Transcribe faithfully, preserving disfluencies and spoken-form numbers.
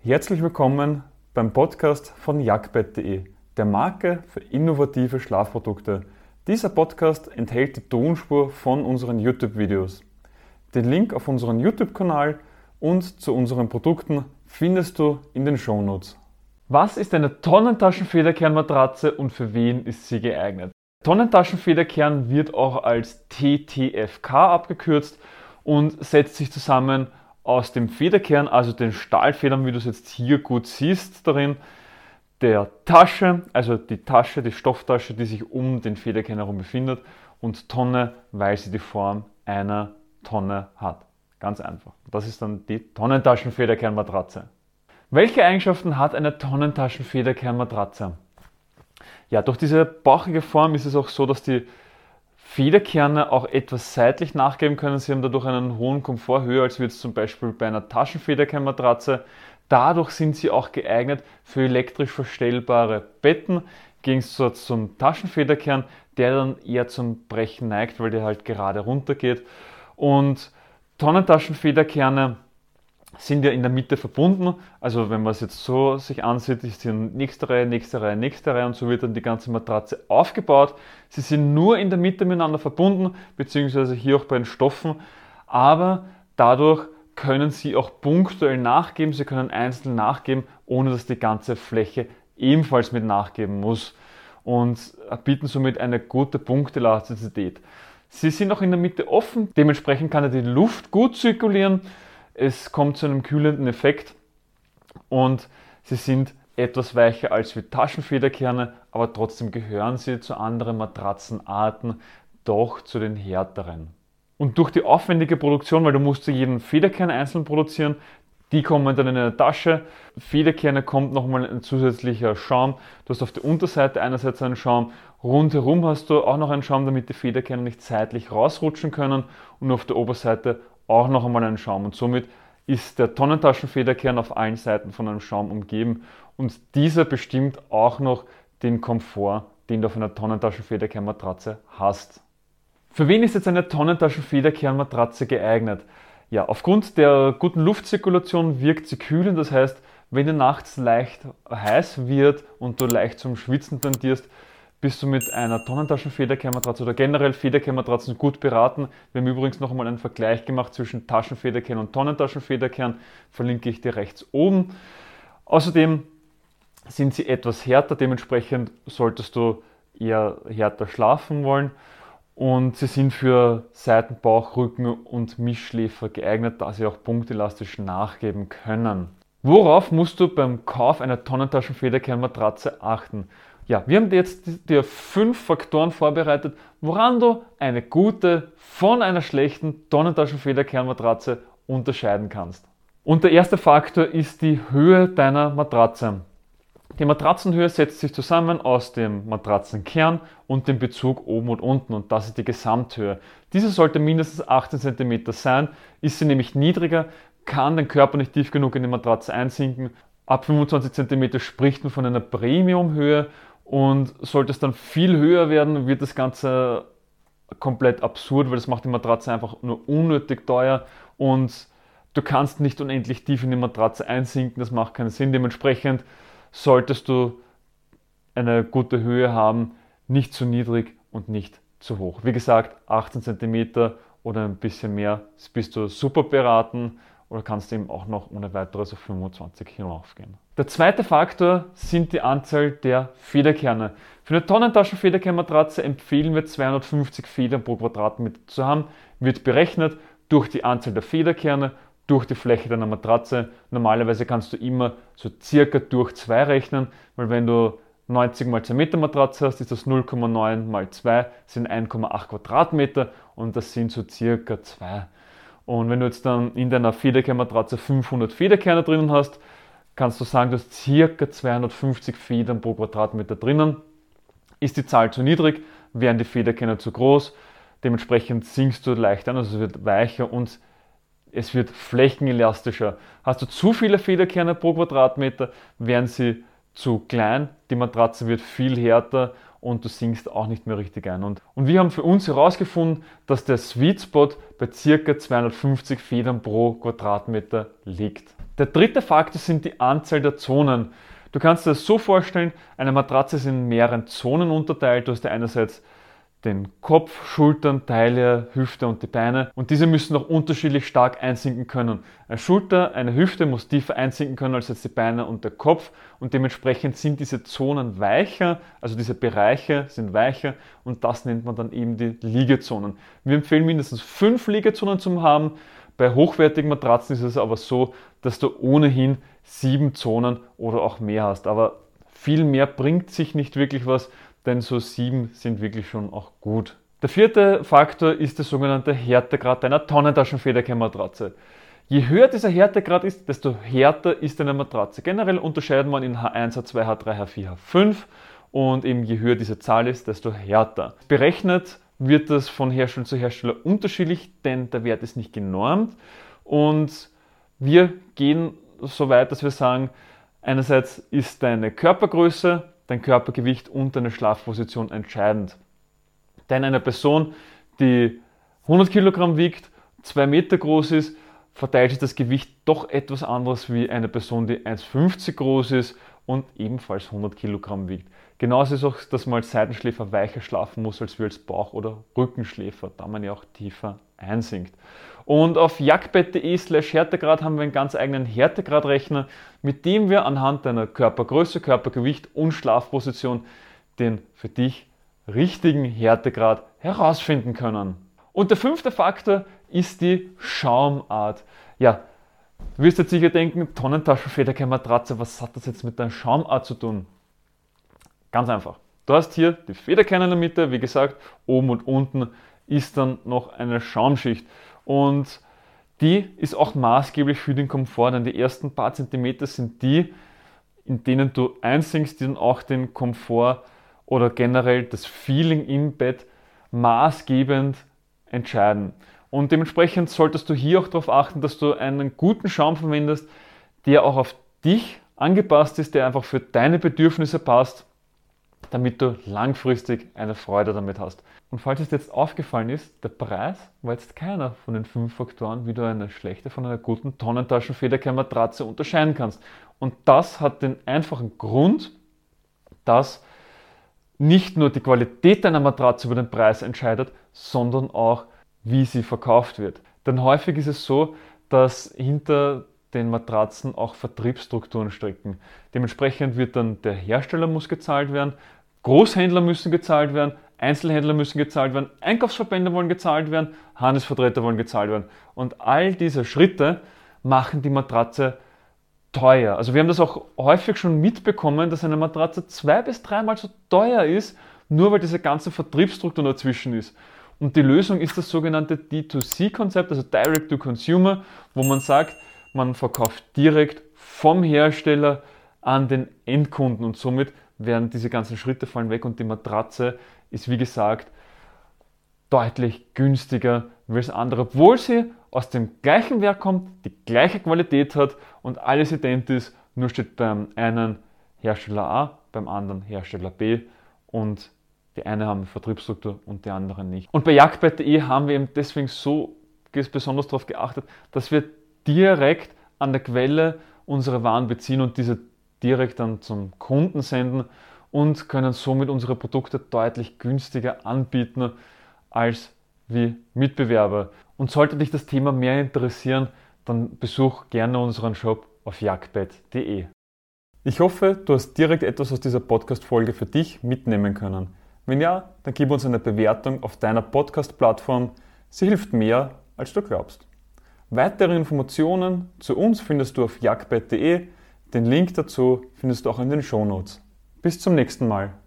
Herzlich willkommen beim Podcast von jagdbett punkt de, der Marke für innovative Schlafprodukte. Dieser Podcast enthält die Tonspur von unseren YouTube-Videos. Den Link auf unseren YouTube-Kanal und zu unseren Produkten findest du in den Shownotes. Was ist eine Tonnentaschen-Federkernmatratze und für wen ist sie geeignet? Tonnentaschen-Federkern wird auch als T T F K abgekürzt und setzt sich zusammen aus dem Federkern, also den Stahlfedern, wie du es jetzt hier gut siehst darin, der Tasche, also die Tasche, die Stofftasche, die sich um den Federkern herum befindet, und Tonne, weil sie die Form einer Tonne hat. Ganz einfach. Das ist dann die Tonnentaschen-Federkernmatratze. Welche Eigenschaften hat eine Tonnentaschen-Federkernmatratze? Ja, durch diese bauchige Form ist es auch so, dass die Federkerne auch etwas seitlich nachgeben können. Sie haben dadurch einen hohen Komfort, höher als jetzt zum Beispiel bei einer Taschenfederkernmatratze. Dadurch sind sie auch geeignet für elektrisch verstellbare Betten, im Gegensatz zum Taschenfederkern, der dann eher zum Brechen neigt, weil der halt gerade runter geht. Und Tonnentaschenfederkerne sind ja in der Mitte verbunden, also wenn man es jetzt so sich ansieht, ist hier nächste Reihe, nächste Reihe, nächste Reihe und so wird dann die ganze Matratze aufgebaut. Sie sind nur in der Mitte miteinander verbunden, beziehungsweise hier auch bei den Stoffen, aber dadurch können sie auch punktuell nachgeben, sie können einzeln nachgeben, ohne dass die ganze Fläche ebenfalls mit nachgeben muss und bieten somit eine gute Punktelastizität. Sie sind auch in der Mitte offen, dementsprechend kann ja die Luft gut zirkulieren. Es kommt zu einem kühlenden Effekt und sie sind etwas weicher als wie Taschenfederkerne, aber trotzdem gehören sie zu anderen Matratzenarten doch zu den härteren. Und durch die aufwendige Produktion, weil du musst jeden Federkern einzeln produzieren, die kommen dann in eine Tasche. Federkerne kommt nochmal ein zusätzlicher Schaum. Du hast auf der Unterseite einerseits einen Schaum, rundherum hast du auch noch einen Schaum, damit die Federkerne nicht seitlich rausrutschen können, und auf der Oberseite auch noch einmal einen Schaum, und somit ist der Tonnentaschenfederkern auf allen Seiten von einem Schaum umgeben und dieser bestimmt auch noch den Komfort, den du auf einer Tonnentaschenfederkernmatratze hast. Für wen ist jetzt eine Tonnentaschenfederkernmatratze geeignet? Ja, aufgrund der guten Luftzirkulation wirkt sie kühlend, das heißt, wenn dir nachts leicht heiß wird und du leicht zum Schwitzen tendierst, bist du mit einer Tonnentaschenfederkernmatratze oder generell Federkernmatratzen gut beraten. Wir haben übrigens noch einmal einen Vergleich gemacht zwischen Taschenfederkern und Tonnentaschenfederkern, verlinke ich dir rechts oben. Außerdem sind sie etwas härter, dementsprechend solltest du eher härter schlafen wollen, und sie sind für Seiten, Bauch, Rücken und Mischschläfer geeignet, da sie auch punktelastisch nachgeben können. Worauf musst du beim Kauf einer Tonnentaschenfederkernmatratze achten? Ja, wir haben jetzt dir fünf Faktoren vorbereitet, woran du eine gute von einer schlechten Tonnentaschenfederkernmatratze unterscheiden kannst. Und der erste Faktor ist die Höhe deiner Matratze. Die Matratzenhöhe setzt sich zusammen aus dem Matratzenkern und dem Bezug oben und unten, und das ist die Gesamthöhe. Diese sollte mindestens achtzehn Zentimeter sein. Ist sie nämlich niedriger, kann dein Körper nicht tief genug in die Matratze einsinken. Ab fünfundzwanzig Zentimeter spricht man von einer Premiumhöhe, und sollte es dann viel höher werden, wird das Ganze komplett absurd, weil das macht die Matratze einfach nur unnötig teuer und du kannst nicht unendlich tief in die Matratze einsinken, das macht keinen Sinn. Dementsprechend solltest du eine gute Höhe haben, nicht zu niedrig und nicht zu hoch. Wie gesagt, achtzehn Zentimeter oder ein bisschen mehr, bist du super beraten, oder kannst eben auch noch ohne weiteres auf fünfundzwanzig hinaufgehen. Der zweite Faktor sind die Anzahl der Federkerne. Für eine Tonnentaschenfederkernmatratze empfehlen wir zweihundertfünfzig Federn pro Quadratmeter zu haben. Wird berechnet durch die Anzahl der Federkerne, durch die Fläche deiner Matratze. Normalerweise kannst du immer so circa durch zwei rechnen, weil wenn du neunzig mal zwei Meter Matratze hast, ist das null Komma neun mal zwei, sind eins Komma acht Quadratmeter, und das sind so circa zwei. Und wenn du jetzt dann in deiner Federkernmatratze fünfhundert Federkerne drinnen hast, kannst du sagen, du hast ca. zweihundertfünfzig Federn pro Quadratmeter drinnen. Ist die Zahl zu niedrig, wären die Federkerne zu groß, dementsprechend sinkst du leicht an, also es wird weicher und es wird flächenelastischer. Hast du zu viele Federkerne pro Quadratmeter, wären sie zu klein, die Matratze wird viel härter und du sinkst auch nicht mehr richtig ein. Und, und wir haben für uns herausgefunden, dass der Sweet Spot bei ca. zweihundertfünfzig Federn pro Quadratmeter liegt. Der dritte Faktor sind die Anzahl der Zonen. Du kannst dir das so vorstellen, eine Matratze ist in mehreren Zonen unterteilt. Du hast ja einerseits den Kopf, Schultern, Taille, Hüfte und die Beine und diese müssen auch unterschiedlich stark einsinken können. Eine Schulter, eine Hüfte muss tiefer einsinken können als jetzt die Beine und der Kopf und dementsprechend sind diese Zonen weicher, also diese Bereiche sind weicher und das nennt man dann eben die Liegezonen. Wir empfehlen mindestens fünf Liegezonen zu haben. Bei hochwertigen Matratzen ist es aber so, dass du ohnehin sieben Zonen oder auch mehr hast, aber viel mehr bringt sich nicht wirklich was, denn so sieben sind wirklich schon auch gut. Der vierte Faktor ist der sogenannte Härtegrad deiner Tonnentaschen-Federkernmatratze. Je höher dieser Härtegrad ist, desto härter ist eine Matratze. Generell unterscheiden wir in H eins, H zwei, H drei, H vier, H fünf und eben je höher diese Zahl ist, desto härter. Berechnet wird das von Hersteller zu Hersteller unterschiedlich, denn der Wert ist nicht genormt und wir gehen so weit, dass wir sagen, einerseits ist deine Körpergröße, dein Körpergewicht und deine Schlafposition entscheidend. Denn eine Person, die hundert Kilogramm wiegt, zwei Meter groß ist, verteilt sich das Gewicht doch etwas anders wie eine Person, die eins Komma fünfzig groß ist und ebenfalls hundert Kilogramm wiegt. Genauso ist auch, dass man als Seitenschläfer weicher schlafen muss als wir als Bauch- oder Rückenschläfer, da man ja auch tiefer einsinkt. Und auf jagdbett.de slash Härtegrad haben wir einen ganz eigenen Härtegradrechner, mit dem wir anhand deiner Körpergröße, Körpergewicht und Schlafposition den für dich richtigen Härtegrad herausfinden können. Und der fünfte Faktor ist die Schaumart. Ja, du wirst jetzt sicher denken, Tonnentaschen-Federkernmatratze, was hat das jetzt mit der Schaumart zu tun? Ganz einfach. Du hast hier die Federkerne in der Mitte, wie gesagt, oben und unten ist dann noch eine Schaumschicht. Und die ist auch maßgeblich für den Komfort, denn die ersten paar Zentimeter sind die, in denen du einsinkst, die dann auch den Komfort oder generell das Feeling im Bett maßgebend entscheiden. Und dementsprechend solltest du hier auch darauf achten, dass du einen guten Schaum verwendest, der auch auf dich angepasst ist, der einfach für deine Bedürfnisse passt, damit du langfristig eine Freude damit hast. Und falls es dir jetzt aufgefallen ist, der Preis war jetzt keiner von den fünf Faktoren, wie du eine schlechte von einer guten Tonnentaschen-Federkernmatratze unterscheiden kannst. Und das hat den einfachen Grund, dass nicht nur die Qualität deiner Matratze über den Preis entscheidet, sondern auch, wie sie verkauft wird. Denn häufig ist es so, dass hinter den Matratzen auch Vertriebsstrukturen stecken. Dementsprechend wird dann der Hersteller muss gezahlt werden, Großhändler müssen gezahlt werden, Einzelhändler müssen gezahlt werden, Einkaufsverbände wollen gezahlt werden, Handelsvertreter wollen gezahlt werden. Und all diese Schritte machen die Matratze teuer. Also wir haben das auch häufig schon mitbekommen, dass eine Matratze zwei bis dreimal so teuer ist, nur weil diese ganze Vertriebsstruktur dazwischen ist. Und die Lösung ist das sogenannte D zwei C-Konzept, also Direct to Consumer, wo man sagt, man verkauft direkt vom Hersteller an den Endkunden und somit werden diese ganzen Schritte fallen weg und die Matratze ist wie gesagt deutlich günstiger als andere, obwohl sie aus dem gleichen Werk kommt, die gleiche Qualität hat und alles ident ist, nur steht beim einen Hersteller A, beim anderen Hersteller B und die eine haben Vertriebsstruktur und die anderen nicht. Und bei jagdbett.de haben wir eben deswegen so besonders darauf geachtet, dass wir direkt an der Quelle unsere Waren beziehen und diese direkt dann zum Kunden senden und können somit unsere Produkte deutlich günstiger anbieten als wie Mitbewerber. Und sollte dich das Thema mehr interessieren, dann besuch gerne unseren Shop auf jagdbett punkt de. Ich hoffe, du hast direkt etwas aus dieser Podcast-Folge für dich mitnehmen können. Wenn ja, dann gib uns eine Bewertung auf deiner Podcast-Plattform. Sie hilft mehr, als du glaubst. Weitere Informationen zu uns findest du auf jagdbett punkt de. Den Link dazu findest du auch in den Shownotes. Bis zum nächsten Mal.